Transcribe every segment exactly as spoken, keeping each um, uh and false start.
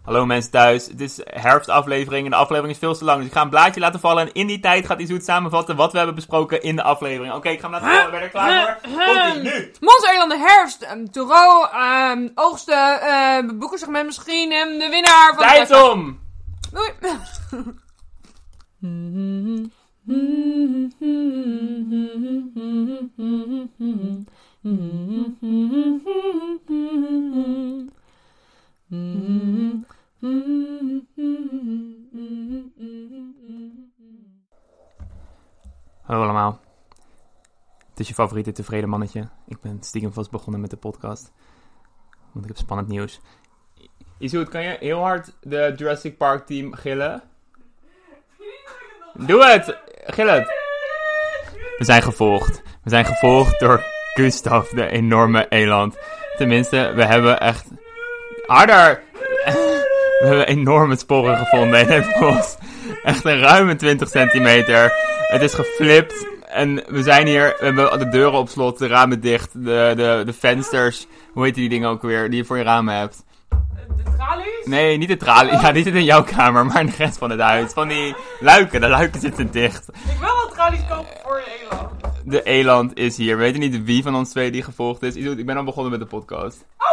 Hallo mensen thuis, het is herfstaflevering en de aflevering is veel te lang. Dus ik ga een blaadje laten vallen en in die tijd gaat Izoet samenvatten wat we hebben besproken in de aflevering. Oké, okay, ik ga hem laten vallen, ben je er klaar voor? Komt-ie, nu! Monstereilanden herfst, um, Touro, um, oogsten, uh, boekensegment misschien en de winnaar van... Tijd de... om! Doei! Hallo allemaal. Het is je favoriete tevreden mannetje. Ik ben stiekem vast begonnen met de podcast. Want ik heb spannend nieuws. Izoet, kan je heel hard de Jurassic Park team gillen? Doe het! Gil het! We zijn gevolgd. We zijn gevolgd door Gustav, de enorme eland. Tenminste, we hebben echt... Harder! We hebben enorme sporen gevonden in het bos. Echt een ruime twintig centimeter. Het is geflipt. En we zijn hier, we hebben de deuren op slot, de ramen dicht, de, de, de vensters. Hoe heet die dingen ook weer, die je voor je ramen hebt? De tralies? Nee, niet de tralies. Ja, die zitten in jouw kamer, maar in de rest van het huis. Van die luiken, de luiken zitten dicht. Ik wil wel tralies kopen voor je eland. De eland is hier. We weten niet wie van ons twee die gevolgd is. Ik ben al begonnen met de podcast. Oh,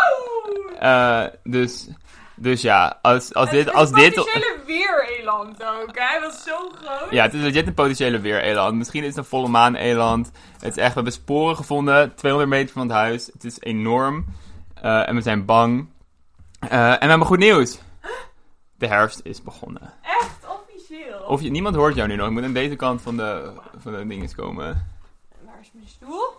oh, oh! Uh, dus... Dus ja, als, als dit... Het als is een dit... potentiële weer-eland ook, hè? Hij was zo groot. Ja, het is legit een potentiële weer-eland. Misschien is het een volle maan-eland. Het is echt, we hebben sporen gevonden, tweehonderd meter van het huis. Het is enorm. Uh, en we zijn bang. Uh, en we hebben goed nieuws. De herfst is begonnen. Echt officieel? Of je, niemand hoort jou nu nog. Ik moet aan deze kant van de, van de dinges komen. Waar is mijn stoel?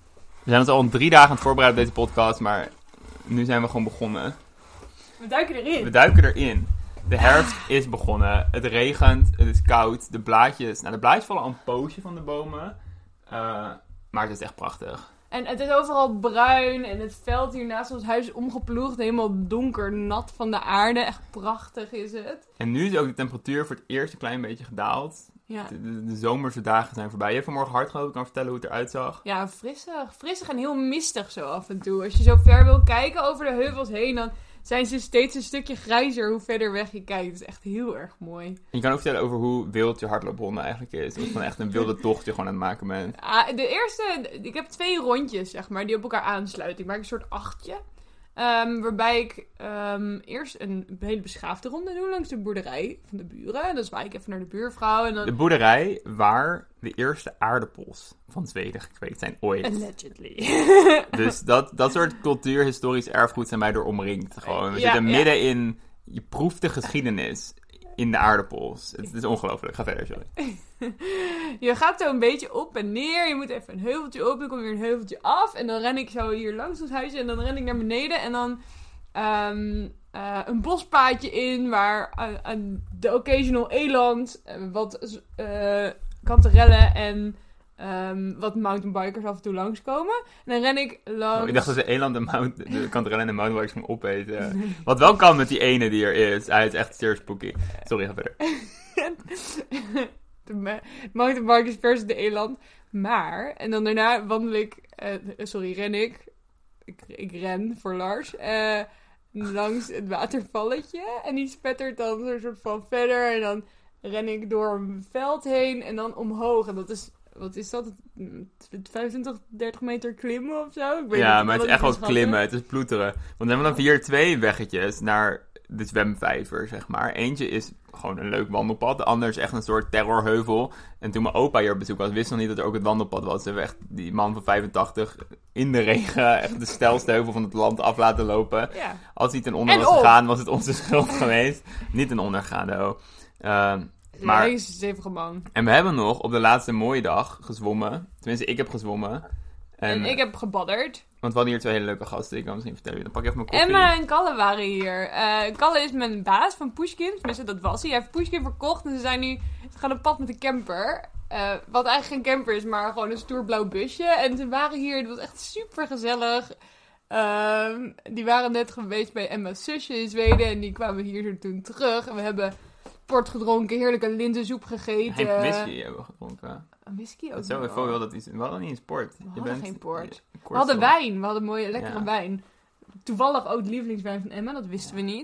We zijn ons al drie dagen aan het voorbereiden op deze podcast, maar nu zijn we gewoon begonnen. We duiken erin. We duiken erin. De herfst is begonnen. Het regent. Het is koud. De blaadjes... Nou, de blaadjes vallen al een poosje van de bomen. Uh, maar het is echt prachtig. En het is overal bruin. En het veld hier naast ons huis is omgeploegd. Helemaal donker, nat van de aarde. Echt prachtig is het. En nu is ook de temperatuur voor het eerst een klein beetje gedaald. Ja. De, de, de zomerse dagen zijn voorbij. Je hebt vanmorgen hard gelopen. Ik kan vertellen hoe het eruit zag. Ja, frissig. Frissig en heel mistig zo af en toe. Als je zo ver wil kijken over de heuvels heen, dan... zijn ze steeds een stukje grijzer hoe verder weg je kijkt. Het is echt heel erg mooi. En je kan ook vertellen over hoe wild je hardloopronde eigenlijk is. Of je gewoon echt een wilde tocht je gewoon aan het maken bent. Ah, de eerste... Ik heb twee rondjes, zeg maar, die op elkaar aansluiten. Ik maak een soort achtje. Um, waarbij ik um, eerst een hele beschaafde ronde doe langs de boerderij van de buren. Dan zwaai ik even naar de buurvrouw. En dan... De boerderij waar de eerste aardappels van Zweden gekweekt zijn ooit. Allegedly. Dus dat, dat soort cultuurhistorisch erfgoed zijn wij door omringd. Gewoon. We Ja, zitten ja. midden in... Je proeft de geschiedenis in de aardappels. Het is ongelooflijk. Ga verder, sorry. Je gaat zo een beetje op en neer. Je moet even een heuveltje op. Dan kom je weer een heuveltje af. En dan ren ik zo hier langs ons huisje. En dan ren ik naar beneden. En dan um, uh, een bospaadje in. Waar uh, uh, de occasional eland. Uh, wat uh, kanterellen en um, wat mountainbikers af en toe langskomen. En dan ren ik langs... Oh, ik dacht dat de eland de, mount, de kanterellen en de mountainbikers ging opeten. Wat wel kan met die ene die er is. Hij is echt zeer spooky. Sorry, ga verder. De ma- mountainbikers versus de eland. Maar, en dan daarna wandel ik, uh, sorry, ren ik, ik, ik ren voor Lars, uh, langs het watervalletje. En die spettert dan zo'n soort van verder. En dan ren ik door een veld heen en dan omhoog. En dat is, wat is dat? vijfentwintig, dertig meter klimmen of zo? Ik weet Ja, niet, maar het is echt wel klimmen. Het is ploeteren. Want we hebben dan hier twee weggetjes naar de zwemvijver, zeg maar. Eentje is gewoon een leuk wandelpad. De ander is echt een soort terrorheuvel. En toen mijn opa hier op bezoek was, wist nog niet dat er ook het wandelpad was. Ze hebben echt die man van vijfentachtig in de regen echt de steilste heuvel van het land af laten lopen. Ja. Als hij ten onder En was op. gegaan, was het onze schuld geweest. Niet ten onder gaan, though. Uh, maar... Hij is stevig man. En we hebben nog op de laatste mooie dag gezwommen. Tenminste, ik heb gezwommen. En, En ik heb gebadderd. Want we hadden hier twee hele leuke gasten. Ik kan misschien vertellen. Dan pak ik even mijn koffie. Emma en Kalle waren hier. Uh, Kalle is mijn baas van Pushkin. Tenminste, dat was hij. Hij heeft Pushkin verkocht. En ze zijn nu... Ze gaan op pad met de camper. Uh, wat eigenlijk geen camper is, maar gewoon een stoer blauw busje. En ze waren hier. Het was echt super gezellig. Uh, die waren net geweest bij Emma's zusje in Zweden. En die kwamen hier zo toen terug. En we hebben port gedronken. Heerlijke linzensoep gegeten. Geen whisky hebben we gedronken. Een whisky ook Dat zo, nog ik wil dat iets. We hadden niet een sport. We Je hadden bent, geen port. je- We hadden wijn. We hadden mooie, lekkere Ja. wijn. Toevallig ook de lievelingswijn van Emma. Dat wisten Ja. we niet. Nee.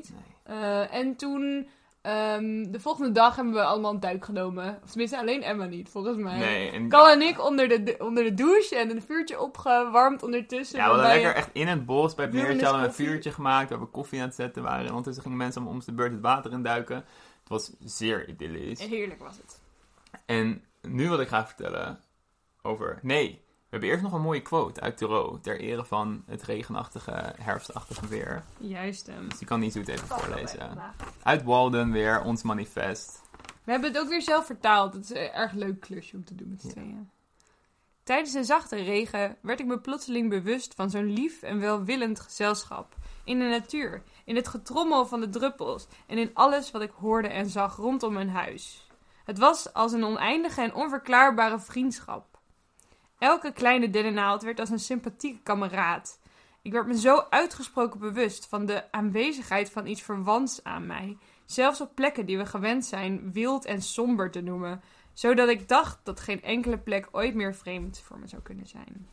Uh, en toen... Um, de volgende dag hebben we allemaal een duik genomen. Of tenminste, alleen Emma niet, volgens mij. Nee. En... Cal en ik onder de, de, onder de douche en een vuurtje opgewarmd ondertussen. Ja, we hadden lekker je... echt in het bos bij het meertje hadden we een koffie. vuurtje gemaakt. Waar we koffie aan het zetten waren. En ondertussen gingen mensen om, om de beurt het water in duiken. Het was zeer idyllisch. Heerlijk was het. En nu wil ik graag vertellen over... Nee, we hebben eerst nog een mooie quote uit Thoreau. Ter ere van het regenachtige, herfstachtige weer. Juist hem. Dus die kan niet zo even voorlezen. Uit Walden weer, ons manifest. We hebben het ook weer zelf vertaald. Het is een erg leuk klusje om te doen met z'n Ja. tweeën. Tijdens een zachte regen werd ik me plotseling bewust van zo'n lief en welwillend gezelschap. In de natuur, in het getrommel van de druppels en in alles wat ik hoorde en zag rondom mijn huis. Het was als een oneindige en onverklaarbare vriendschap. Elke kleine dennennaald werd als een sympathieke kameraad. Ik werd me zo uitgesproken bewust van de aanwezigheid van iets verwants aan mij. Zelfs op plekken die we gewend zijn wild en somber te noemen. Zodat ik dacht dat geen enkele plek ooit meer vreemd voor me zou kunnen zijn.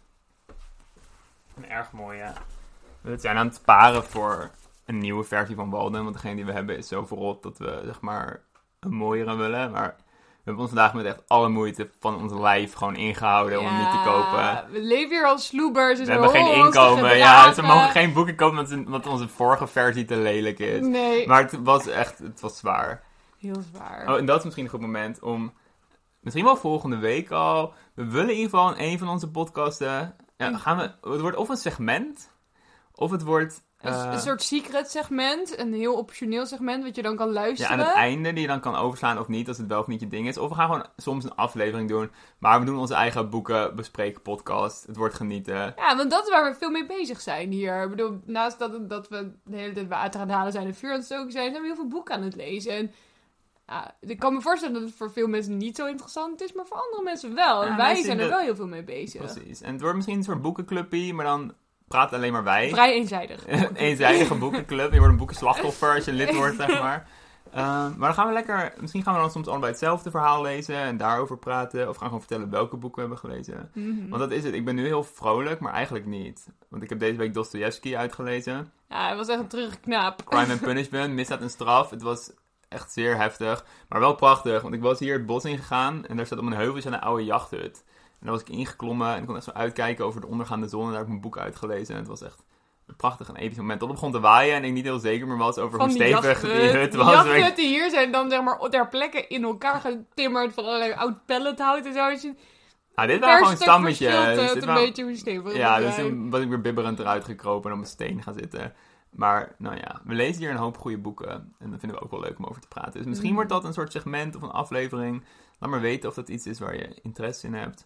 Een erg mooi, ja. We zijn aan het sparen voor een nieuwe versie van Walden. Want degene die we hebben is zo verrot dat we zeg maar een mooiere willen. Maar... We hebben ons vandaag met echt alle moeite van ons lijf gewoon ingehouden om ja, hem niet te kopen. We leven hier als sloebers. We hebben geen inkomen. Ja, dus we mogen geen boeken kopen omdat onze vorige versie te lelijk is. Nee. Maar het was echt, het was zwaar. Heel zwaar. Oh, en dat is misschien een goed moment om, misschien wel volgende week al, we willen in ieder geval in een van onze podcasten, ja, gaan we, het wordt of een segment, of het wordt... Uh, een soort secret segment, een heel optioneel segment, wat je dan kan luisteren. Ja, aan het einde, die je dan kan overslaan of niet, als het wel of niet je ding is. Of we gaan gewoon soms een aflevering doen, maar we doen onze eigen boeken bespreken podcast. Het wordt genieten. Ja, want dat is waar we veel mee bezig zijn hier. Ik bedoel, naast dat, dat we de hele tijd water aan het halen zijn en vuur aan het stoken zijn, zijn we heel veel boeken aan het lezen. En ja, ik kan me voorstellen dat het voor veel mensen niet zo interessant is, maar voor andere mensen wel. En Ja, wij wij zijn de... er wel heel veel mee bezig. Precies. En het wordt misschien een soort boekenclubje, maar dan... praten alleen maar wij. Vrij eenzijdig. Een eenzijdige boekenclub. Je wordt een boekenslachtoffer als je lid wordt, zeg maar. Uh, maar dan gaan we lekker... Misschien gaan we dan soms allebei hetzelfde verhaal lezen en daarover praten. Of gaan gewoon vertellen welke boeken we hebben gelezen. Mm-hmm. Want dat is het. Ik ben nu heel vrolijk, maar eigenlijk niet. Want ik heb deze week Dostojevski uitgelezen. Ja, hij was echt een terug knaap. Crime and Punishment, Misdaad en Straf. Het was echt zeer heftig. Maar wel prachtig. Want ik was hier het bos in gegaan. En daar staat op een heuvel een oude jachthut. En daar was ik ingeklommen en ik kon echt zo uitkijken over de ondergaande zon. En daar heb ik mijn boek uitgelezen. En het was echt een prachtig en episch moment. Tot het begon te waaien en ik niet heel zeker meer was over van hoe die stevig jachthut. die hut was. Die jachthutten hier zijn dan zeg maar ter plekke in elkaar getimmerd van allerlei oud pellethout en zo. Dus je nou, dit waren gewoon stammetjes. Het Dus een dit waren... beetje hoe stevig Ja, dus zijn. toen was ik weer bibberend eruit gekropen en op een steen gaan zitten. Maar, nou ja, we lezen hier een hoop goede boeken. En dat vinden we ook wel leuk om over te praten. Dus misschien Mm. wordt dat een soort segment of een aflevering. Laat maar weten of dat iets is waar je interesse in hebt.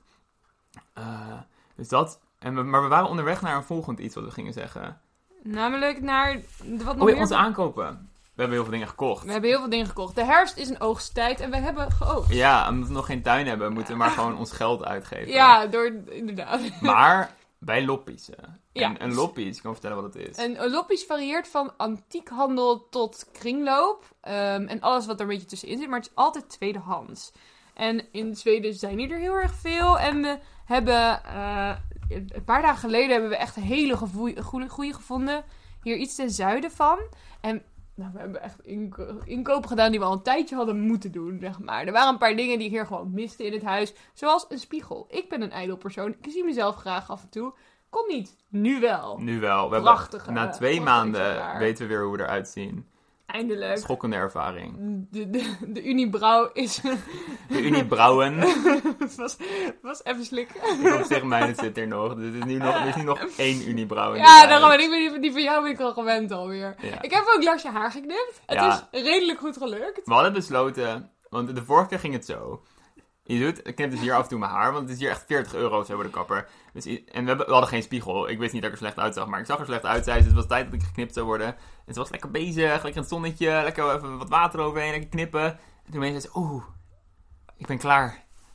Uh, dus dat... En we, maar we waren onderweg naar een volgend iets wat we gingen zeggen. Namelijk naar... Wat nog Oh ja, meer... onze aankopen. We hebben heel veel dingen gekocht. We hebben heel veel dingen gekocht. De herfst is een oogsttijd en we hebben geoogst. Ja, omdat we nog geen tuin hebben, moeten we maar gewoon ons geld uitgeven. Ja, door... Inderdaad. Maar bij Loppies. Ja. En een Loppies, ik kan vertellen wat het is. En een Loppies varieert van antiekhandel tot kringloop. Um, en alles wat er een beetje tussenin zit. Maar het is altijd tweedehands. En in Zweden zijn die er heel erg veel. En we hebben... Uh, een paar dagen geleden hebben we echt een hele goede gevonden. Hier iets ten zuiden van. En nou, we hebben echt inko- inkopen gedaan die we al een tijdje hadden moeten doen, zeg maar. Er waren een paar dingen die ik hier gewoon miste in het huis. Zoals een spiegel. Ik ben een ijdel persoon. Ik zie mezelf graag af en toe. Kon niet. Nu wel. Nu wel. We Prachtige. hebben, na twee maanden weten we weer hoe we eruit zien. Eindelijk. Schokkende ervaring. De, de, de Unibrouw is... De Unibrouwen. Het was, was even slikken. Ik hoop tegen mij, het zit er nog. Er is nu nog, er is nu nog één Unibrouw in Ja, daarom ben ik die, die van jou ben ik al gewend alweer. Ja. Ik heb ook langs je haar geknipt. Het Ja. is redelijk goed gelukt. We hadden besloten, want de vorige keer ging het zo. Je doet, ik knip dus hier af en toe mijn haar, want het is hier echt veertig euro zo voor de kapper. Dus, en we, hebben, we hadden geen spiegel. Ik wist niet dat ik er slecht uitzag, maar ik zag er slecht uit. Zei, dus het was tijd dat ik geknipt zou worden. En ze was lekker bezig, lekker in het zonnetje, lekker even wat water overheen, lekker knippen. En toen zei ze, oeh, ik ben klaar.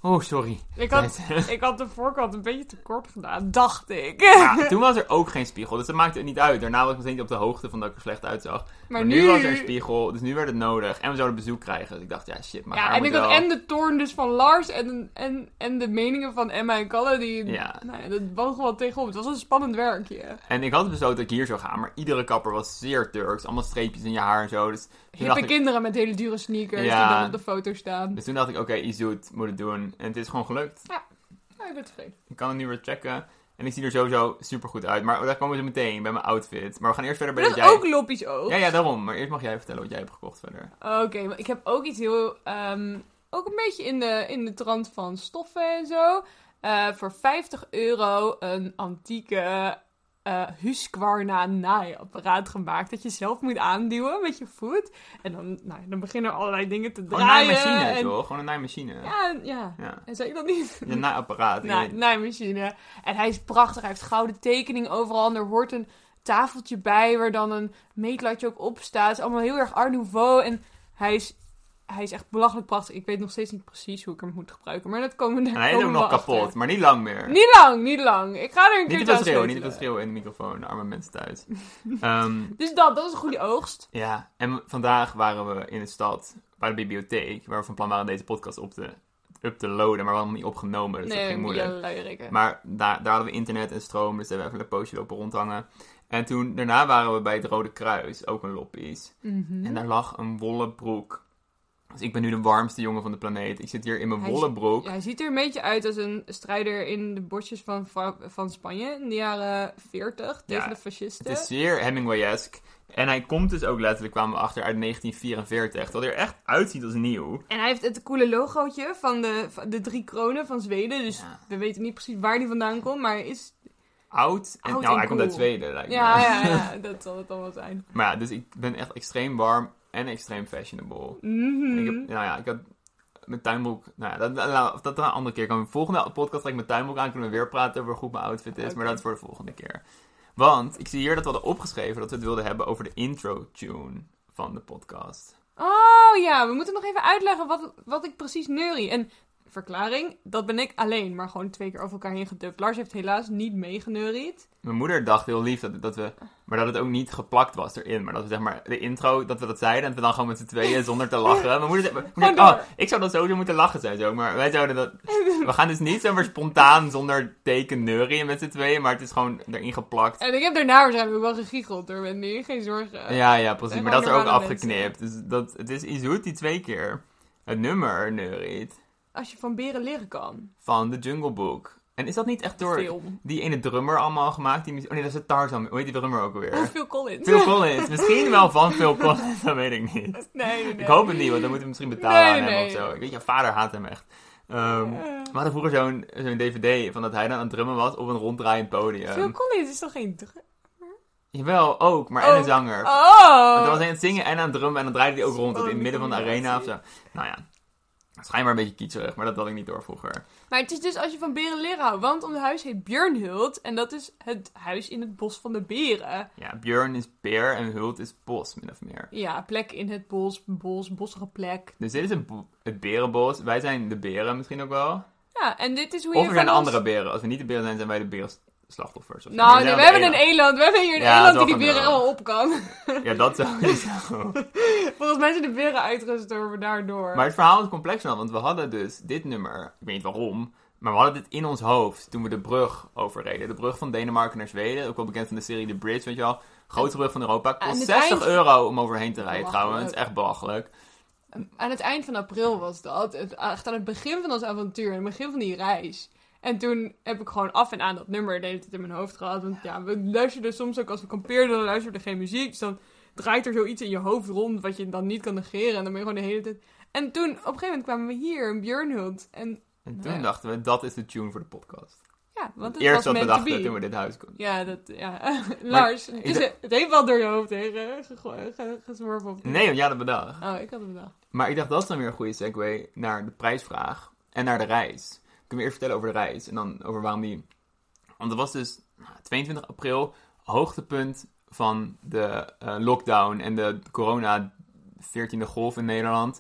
Oh, sorry. Ik had, ik had de voorkant een beetje te kort gedaan, dacht ik. Ja, toen was er ook geen spiegel, dus dat maakte het niet uit. Daarna was ik meteen op de hoogte van dat ik er slecht uitzag. Maar, maar nu... nu was er een spiegel, dus nu werd het nodig. En we zouden bezoek krijgen. Dus ik dacht, ja shit, maar ja, en ik had wel... en de toorn dus van Lars en, en, en de meningen van Emma en Kalle. Die, ja. Nou ja, dat woog wel tegenop. Het was een spannend werkje. En ik had besloten dat ik hier zou gaan, maar iedere kapper was zeer Turks. Allemaal streepjes in je haar en zo. Dus hippe ik... kinderen met hele dure sneakers ja. die dan op de foto staan. Dus toen dacht ik, oké, okay, Izoet moet het doen. En het is gewoon gelukt. Ja, ja ik ben tevreden. Ik kan het nu weer checken. En ik zie er sowieso super goed uit. Maar daar komen we zo meteen bij mijn outfit. Maar we gaan eerst verder bij dat dat is jij... ook loppies oog. Ja, ja, daarom. Maar eerst mag jij vertellen wat jij hebt gekocht verder. Oké, okay, ik heb ook iets heel... Um, ook een beetje in de, in de trant van stoffen en zo. Uh, voor vijftig euro een antieke uh, Husqvarna naaiapparaat gemaakt. Dat je zelf moet aanduwen met je voet. En dan, nou, dan beginnen er allerlei dingen te draaien. Gewoon een naaimachine, en... toch? Gewoon een naaimachine. Ja, ja. ja. En zei je dat niet? Een naaiapparaat. Na, naaimachine. En hij is prachtig. Hij heeft gouden tekening overal. En er hoort een tafeltje bij waar dan een meetlatje ook op staat. Het is allemaal heel erg Art Nouveau. En hij is... Hij is echt belachelijk prachtig. Ik weet nog steeds niet precies hoe ik hem moet gebruiken. Maar dat komen we daar. En hij is ook nog kapot, achter. Maar niet lang meer. Niet lang, niet lang. Ik ga er een keer Niet te veel schreeuwen, niet te veel schreeuwen in de microfoon. Arme mensen thuis. um, dus dat, dat is een goede oogst. Ja, en vandaag waren we in de stad, bij de bibliotheek, waar we van plan waren deze podcast op te, up te loaden. Maar we hadden hem niet opgenomen, dus nee, dat ging moeilijk. Luieriken. Maar daar, daar hadden we internet en stroom, dus daar hebben we even een poosje lopen rondhangen. En toen, daarna waren we bij het Rode Kruis, ook een loppies. Mm-hmm. En daar lag een wollen broek. Dus ik ben nu de warmste jongen van de planeet. Ik zit hier in mijn hij wollen broek. Ja, hij ziet er een beetje uit als een strijder in de bosjes van, van Spanje in de jaren veertig tegen ja, de fascisten. Het is zeer Hemingway-esque. En hij komt dus ook letterlijk, kwamen we achter, uit negentien vierenveertig. Dat hij er echt uitziet als nieuw. En hij heeft het coole logootje van de, van de drie kronen van Zweden. Dus ja. we weten niet precies waar die vandaan komt, maar hij is... Oud. En, Oud nou, en hij cool. komt uit Zweden, lijkt me. Ja, ja, ja, dat zal het allemaal zijn. Maar ja, dus ik ben echt extreem warm en extreem fashionable. Mm-hmm. En ik heb, nou ja, ik had mijn tuinbroek... Nou ja, dat, dat, dat een andere keer. Kan de volgende podcast trek ik mijn tuinbroek aan. Kunnen we weer praten over hoe goed mijn outfit is. Okay. Maar dat is voor de volgende keer. Want ik zie hier dat we hadden opgeschreven dat we het wilden hebben over de intro-tune van de podcast. Oh ja, we moeten nog even uitleggen wat, wat ik precies neurie. En verklaring, dat ben ik alleen, maar gewoon twee keer over elkaar heen gedubt. Lars heeft helaas niet meegeneuried. Mijn moeder dacht heel lief dat, dat we... Maar dat het ook niet geplakt was erin. Maar dat we zeg maar de intro, dat we dat zeiden. En dat we dan gewoon met z'n tweeën zonder te lachen. Mijn moeder zei... Moeder, oh, ik zou dan sowieso moeten lachen zijn zo. Maar wij zouden dat... We gaan dus niet zomaar spontaan zonder teken neurien met z'n tweeën. Maar het is gewoon erin geplakt. En ik heb daarna waarschijnlijk ook wel gegiecheld hoor, Wendy. Geen zorgen. Ja, ja, precies. Maar dat is er ook afgeknipt. Dus dat, het is Izoet die twee keer het nummer neuriet. Als je van beren leren kan. Van de Jungle Book. En is dat niet echt door Film. die ene drummer allemaal gemaakt? Die, oh nee, dat is het Tarzan. Hoe heet die drummer ook alweer? Oh, Phil Collins. Phil Collins. Misschien wel van Phil Collins, dat weet ik niet. Nee, nee. Ik hoop het niet, want dan moeten we misschien betalen nee, aan hem nee, of zo. nee. Ik weet, je vader haat hem echt. Um, uh. We hadden vroeger zo'n, zo'n dvd van dat hij dan aan het drummen was op een ronddraaiend podium. Phil Collins is toch geen drummer? Jawel, ook, maar oh. en een zanger. Oh! Want dan was hij aan het zingen en aan het drummen en dan draaide hij ook rond oh, in het midden van de arena of zo. Nou ja. Schijnbaar een beetje kietserig, maar dat had ik niet door vroeger. Maar het is dus als je van beren leren houdt. Want ons huis heet Björnhult. En dat is het huis in het bos van de beren. Ja, Björn is beer en Hult is bos, min of meer. Ja, plek in het bos, bos, bossige plek. Dus dit is een bo- het berenbos. Wij zijn de beren misschien ook wel. Ja, en dit is hoe of je er zijn ons... andere beren. Als we niet de beren zijn, zijn wij de beren slachtoffers. Of nou, we, nee, we hebben een eland. We hebben hier een ja, eland die die beren wel. allemaal op kan. Ja, dat sowieso. Volgens mij zijn de beren uitgestorven daardoor. Maar het verhaal is complex wel, want we hadden dus dit nummer, ik weet niet waarom, maar we hadden dit in ons hoofd toen we de brug overreden. De brug van Denemarken naar Zweden, ook wel bekend van de serie The Bridge, weet je wel. Grootste brug van Europa, kost zestig eind... euro om overheen te rijden trouwens, het is echt belachelijk. Aan het eind van april was dat, het, echt aan het begin van ons avontuur, aan het begin van die reis. En toen heb ik gewoon af en aan dat nummer de hele tijd in mijn hoofd gehad. Want ja, we luisterden soms ook als we kampeerden, dan luisterden we geen muziek. Dus dan draait er zoiets in je hoofd rond wat je dan niet kan negeren. En dan ben je gewoon de hele tijd... En toen, op een gegeven moment kwamen we hier, in Björnhult. En, en toen ja. dachten we, dat is de tune voor de podcast. Ja, want het Eerst was wat we dachten be. toen we dit huis konden. Ja, dat, ja. Lars, het, is, het heeft wel door je hoofd heen ge- ge- gezworven. Op nee, want jij had het bedacht. Oh, ik had het bedacht. Maar ik dacht, dat is dan weer een goede segue naar de prijsvraag. En naar de reis. Ik kan we eerst vertellen over de reis. En dan over waarom die... Want dat was dus tweeëntwintig april. Hoogtepunt van de uh, lockdown en de corona veertiende golf in Nederland.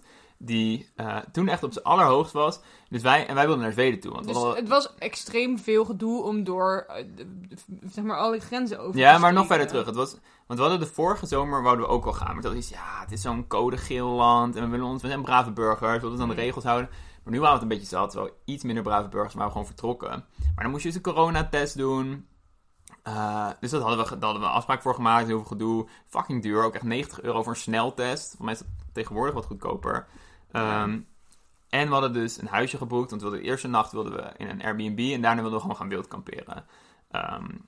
die uh, toen echt op zijn allerhoogst was. Dus wij, en wij wilden naar Zweden toe. Want dus hadden... het was extreem veel gedoe om door, uh, de, de, zeg maar, alle grenzen over Ja, te maar nog steken. verder terug. Het was, want we hadden de vorige zomer, wouden we ook wel gaan. Maar toen was ja, het is zo'n codegeel land. En we willen ons, we zijn brave burgers. We willen ons aan de regels houden. Maar nu waren we het een beetje zat. Wel iets minder brave burgers, maar we gewoon vertrokken. Maar dan moest je dus een coronatest doen. Uh, dus dat hadden, we, daar hadden we een afspraak voor gemaakt. Heel veel gedoe. Fucking duur. Ook echt negentig euro voor een sneltest. Voor mij is dat tegenwoordig wat goedkoper. Um, en we hadden dus een huisje geboekt. Want we wilden de eerste nacht wilden we in een Airbnb. En daarna wilden we gewoon gaan wildkamperen. Um,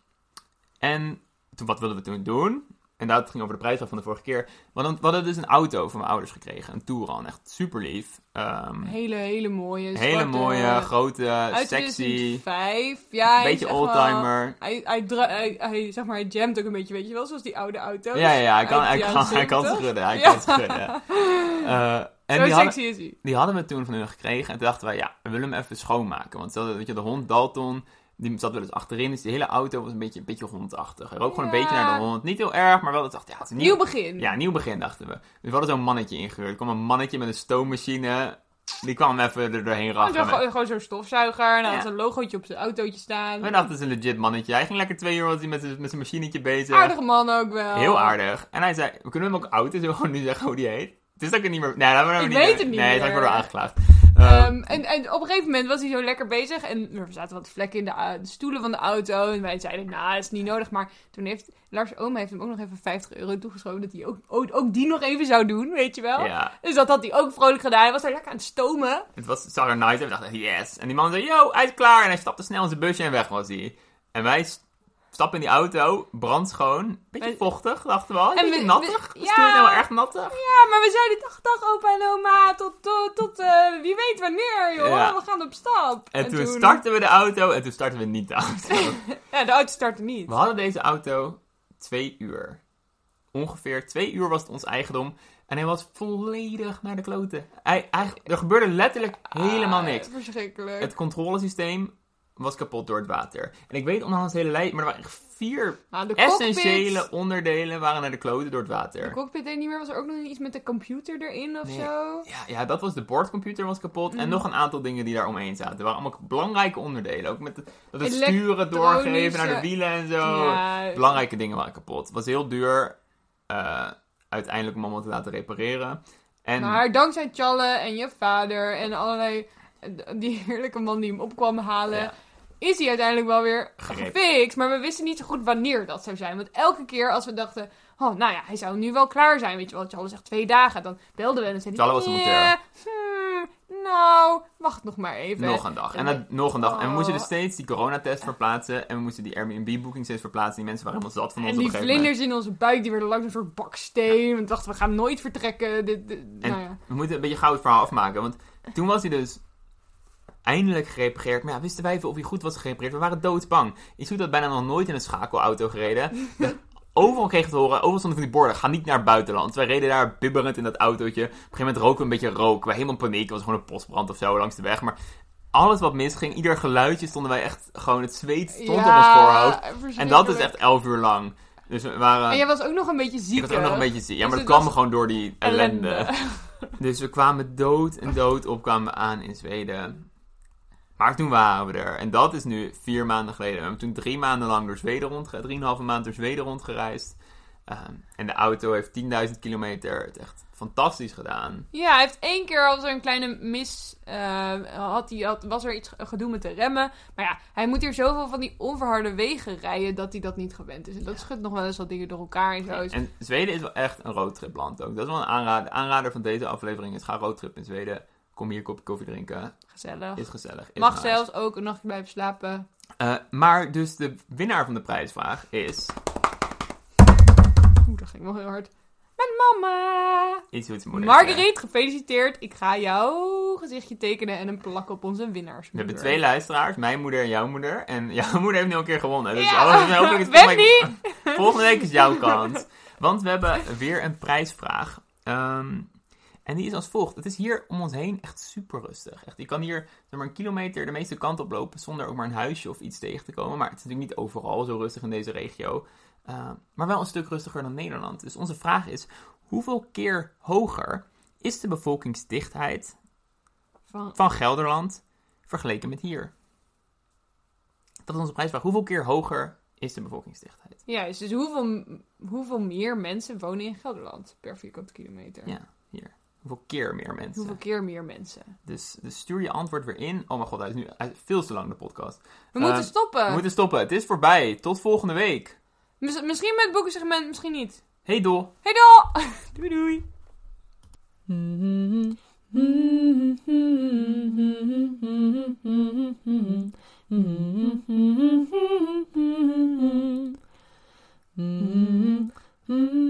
en toen, wat wilden we toen doen? En dat ging over de prijsvraag van de vorige keer. We hadden, we hadden dus een auto van mijn ouders gekregen. Een Touran. Echt super lief. Um, hele, hele mooie. Hele zwarte, mooie, grote, uit sexy. tweeduizend vijf. Ja, Een beetje oldtimer. Hij, hij, dra- hij, hij, zeg maar, hij jamt ook een beetje, weet je wel, zoals die oude auto's. Ja, ja, ja. Hij kan, uit hij de kan, jaren hij kan zeventig. schudden. Hij Ja. kan schudden. Uh, en Zo die sexy hadden, is hij. die hadden we toen van hun gekregen. En toen dachten wij, ja, we willen hem even schoonmaken. Want stel, weet je, de hond Dalton, die zat wel eens achterin. Dus die hele auto was een beetje, een beetje hondachtig. Hij rook gewoon een Ja. beetje naar de hond. Niet heel erg, maar wel dat dacht, ja, het is een Nieuw nieuw, begin. ja, nieuw begin, dachten we. Dus we hadden zo'n mannetje ingehuurd. Er kwam een mannetje met een stoommachine. Die kwam even er doorheen Oh, rachen. zo, gewoon, gewoon zo'n stofzuiger. En dan Ja. had ze een logootje op zijn autootje staan. We dachten, het is een legit mannetje. Hij ging lekker twee uur was hij met zijn met zijn machinetje bezig. Aardige man ook wel. Heel aardig. En hij zei, we kunnen hem ook outen. Zullen we gewoon nu zeggen hoe die heet? Het is dat ik het niet meer... Nee, dat hebben we Ik niet weet meer. het niet Nee, meer. dat heb ik door aangeklaagd. Uh, Um, en, en op een gegeven moment was hij zo lekker bezig. En er zaten wat vlekken in de, uh, de stoelen van de auto. En wij zeiden, nou, dat is niet nodig. Maar toen heeft Lars' oma heeft hem ook nog even vijftig euro toegeschoven. Dat hij ook, ook, ook die nog even zou doen, weet je wel. ja, Dus dat had hij ook vrolijk gedaan. Hij was daar lekker aan het stomen. het was, het zag er nice uit. We dachten, yes. En die man zei, yo, hij is klaar. En hij stapte snel in zijn busje en weg was hij. En wij st- stappen in die auto, brandschoon. Beetje En- vochtig, dachten we al. Een en beetje we- nattig. we- De ja. stoel is heel erg nattig. Ja, maar we zeiden dag, dag opa en oma. Tot, tot, tot uh, wie weet wanneer, joh. Ja. We gaan op stap. En, toen, startten we de auto en toen startten we niet de auto. Ja, de auto startte niet. We hadden deze auto twee uur. Ongeveer twee uur was het ons eigendom. En hij was volledig naar de kloten. Hij, hij, er gebeurde letterlijk helemaal Ah, niks. Verschrikkelijk. Het controlesysteem was kapot door het water. En ik weet ondanks het hele lijst, maar er waren echt vier Nou, de essentiële cockpit, onderdelen waren naar de kloten door het de water. cockpit deed niet meer. Was er ook nog iets met de computer erin of Nee. zo? Ja, ja, dat was de boordcomputer was kapot. En Mm. nog een aantal dingen die daar omheen zaten. Er waren allemaal belangrijke onderdelen. Ook met de, dat het Elektronische- sturen doorgeven naar de wielen en zo. Ja, Belangrijke dingen waren kapot. Het was heel duur. Uh, uiteindelijk om allemaal te laten repareren. En maar dankzij Tjalle en je vader en allerlei... Die heerlijke man die hem op kwam halen... Ja. is hij uiteindelijk wel weer Gerept. gefixt. Maar we wisten niet zo goed wanneer dat zou zijn. Want elke keer als we dachten... Oh, nou ja, hij zou nu wel klaar zijn. Weet je wel, Tjalle zegt twee dagen. Dan belden we en dan zei hij... Tjalle was de monteur. "Ja, hmm, nou, wacht nog maar even. nog een dag. En, En dat, nog een dag. En we moesten dus Oh. steeds die coronatest verplaatsen. En we moesten die Airbnb-booking steeds verplaatsen. Die mensen waren helemaal zat van ons En op die een gegeven moment. vlinders in onze buik, die werden langs een soort baksteen. We dachten, we gaan nooit vertrekken. Dit, dit, En nou ja. we moeten een beetje gauw het verhaal afmaken. Want toen was hij dus eindelijk gerepareerd. Maar ja, wisten wij veel of hij goed was gerepareerd? We waren doodsbang. Isoet had bijna nog nooit in een schakelauto gereden. De- Overal kregen we te horen, overal stonden van die borden, ga niet naar het buitenland. Wij reden daar bibberend in dat autootje. Op een gegeven moment roken we een beetje rook. Wij helemaal in paniek, het was gewoon een postbrand of zo langs de weg. Maar alles wat misging, ieder geluidje stonden wij echt gewoon, het zweet stond op ons voorhoofd. En dat is echt elf uur lang. Dus we waren... En jij was ook nog een beetje ziek. Ik was ook nog een beetje ziek. Ja, Dus maar het dat kwam was gewoon door die ellende. ellende. Dus we kwamen dood en dood op, kwamen we aan in Zweden. Maar toen waren we er. En dat is nu vier maanden geleden. We hebben toen drie maanden lang door Zweden rondgereisd. Drieënhalve maand door Zweden rondgereisd. Um, en de auto heeft tienduizend kilometer. Het echt fantastisch gedaan. Ja, hij heeft één keer al zo'n kleine mis... Uh, had hij, had, was er iets gedoe met de remmen. Maar ja, hij moet hier zoveel van die onverharde wegen rijden... dat hij dat niet gewend is. En dat schudt nog wel eens wat dingen door elkaar en zo. En Zweden is wel echt een roadtripland ook. Dat is wel een aanrader. aanrader van deze aflevering is ga roadtrip in Zweden. Kom hier een kopje koffie drinken. Gezellig. Is gezellig. Is Mag nice. zelfs ook een nachtje blijven slapen. Uh, maar dus de winnaar van de prijsvraag is... Oeh, dat ging wel heel hard. Mijn mama! Iets hoe het moeder. Marguerite, gefeliciteerd. Ik ga jouw gezichtje tekenen en hem plakken op onze winnaars. We hebben twee luisteraars, mijn moeder en jouw moeder. En jouw moeder heeft nu al een keer gewonnen. Dus Ja. alles, hopelijk is volgende Wendy! week, volgende week is jouw kans. Want we hebben weer een prijsvraag. Um, en die is als volgt. Het is hier om ons heen echt super rustig. Echt, je kan hier zeg maar, een kilometer de meeste kant op lopen zonder ook maar een huisje of iets tegen te komen. Maar het is natuurlijk niet overal zo rustig in deze regio. Uh, maar wel een stuk rustiger dan Nederland. Dus onze vraag is, hoeveel keer hoger is de bevolkingsdichtheid Van... van Gelderland vergeleken met hier? Dat is onze prijsvraag. Hoeveel keer hoger is de bevolkingsdichtheid? Juist, dus hoeveel, hoeveel meer mensen wonen in Gelderland per vierkante kilometer? Ja, hier. Hoeveel keer meer mensen? Hoeveel keer meer mensen? Dus, dus stuur je antwoord weer in. Oh mijn god, hij is nu hij is veel te lang, de podcast. We Uh, moeten stoppen. We moeten stoppen. Het is voorbij. Tot volgende week. Mis- misschien met het boekensegment, misschien niet. Hey Dol. Hey doei! doei doei! Mm-hmm.